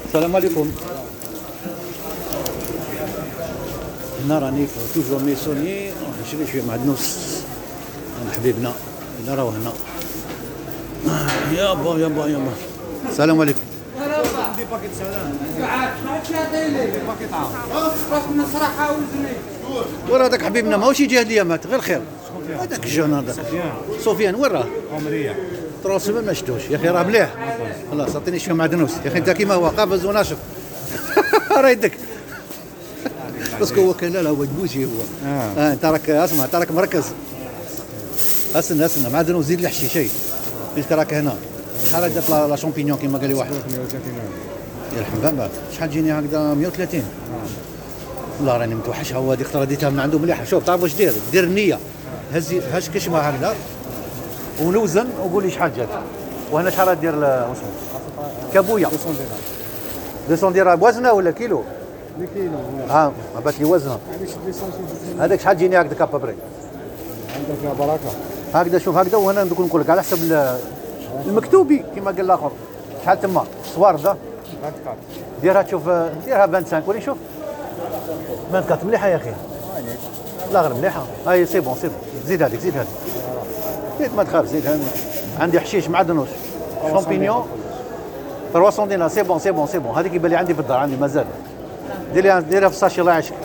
السلام عليكم. هنا راني توجور ميسوني نشري شويه معدنوس من حبيبنا اللي راهو هنا. يابا السلام عليكم. دي باكيت سلام دي باكيت عام راك مسرحه وزني ورا هذاك حبيبنا ماهوش يجي هاد الايامات غير خير. هذاك الجون هذاك سفيان وين راه؟ عمريه 3 سيمين ما شفتوش يا اخي راه مليح. خلاص عطيني شويه معدنوس يا اخي انت كيما هو قافز وناشف. راه يدك باسكو هو كان لا هو جبوشي هو. انت راك اسمع انت راك مركز. اسنى معدنوس زيد لي حشيشي فيك راك هنا. شحال جات لا شامبينيون كيما قال لي واحد 130 يرحم بابا. شحال تجيني هكذا 130. والله راني متوحش. هو هذيك ترى ديتها من عنده مليحه. شوف تعرف واش دير النيه هز كشمه هكذا ونوزن وقول لي شحال جات. وهنا شحال دير اسمه كابويا 200 درهم بوزنه ولا كيلو؟ كيلو ما بات لي وزنه. هذاك شحال تجيني هكذا كابابري عندك بركه هكذا. شوف هكذا وهنا نقول لك على حسب المكتوبي كما قال الاخر. شحال تما صوار دا ديرها تشوف ديرها 25 ولي شوف 24 مليحه يا اخي. لا غير مليحه. هاي سي بون زيد هذيك زيد ما تخاف زيد هذيك. عندي حشيش معدنوس شامبينيون 300 دينار. سي بون هذيك يبان لي عندي في الدار. عندي مازال ديرها في الساشي الله يعيشك.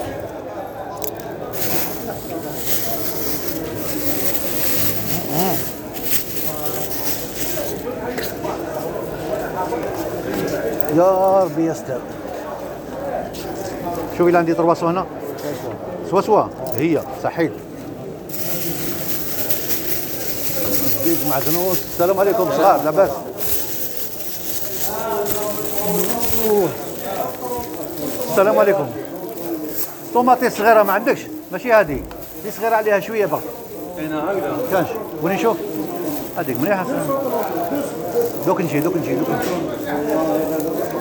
يا ربي يستر. شوفي اللي عندي ترباصو هنا سوا هي صحيح. جديد معدنوس. السلام عليكم صغار لاباس. السلام عليكم. طوماطي صغيره ما عندكش؟ ماشي هذه دي صغيره عليها شويه برك. كاينه هكذا كانش وني نشوف هذيك مليحه. دوك نجي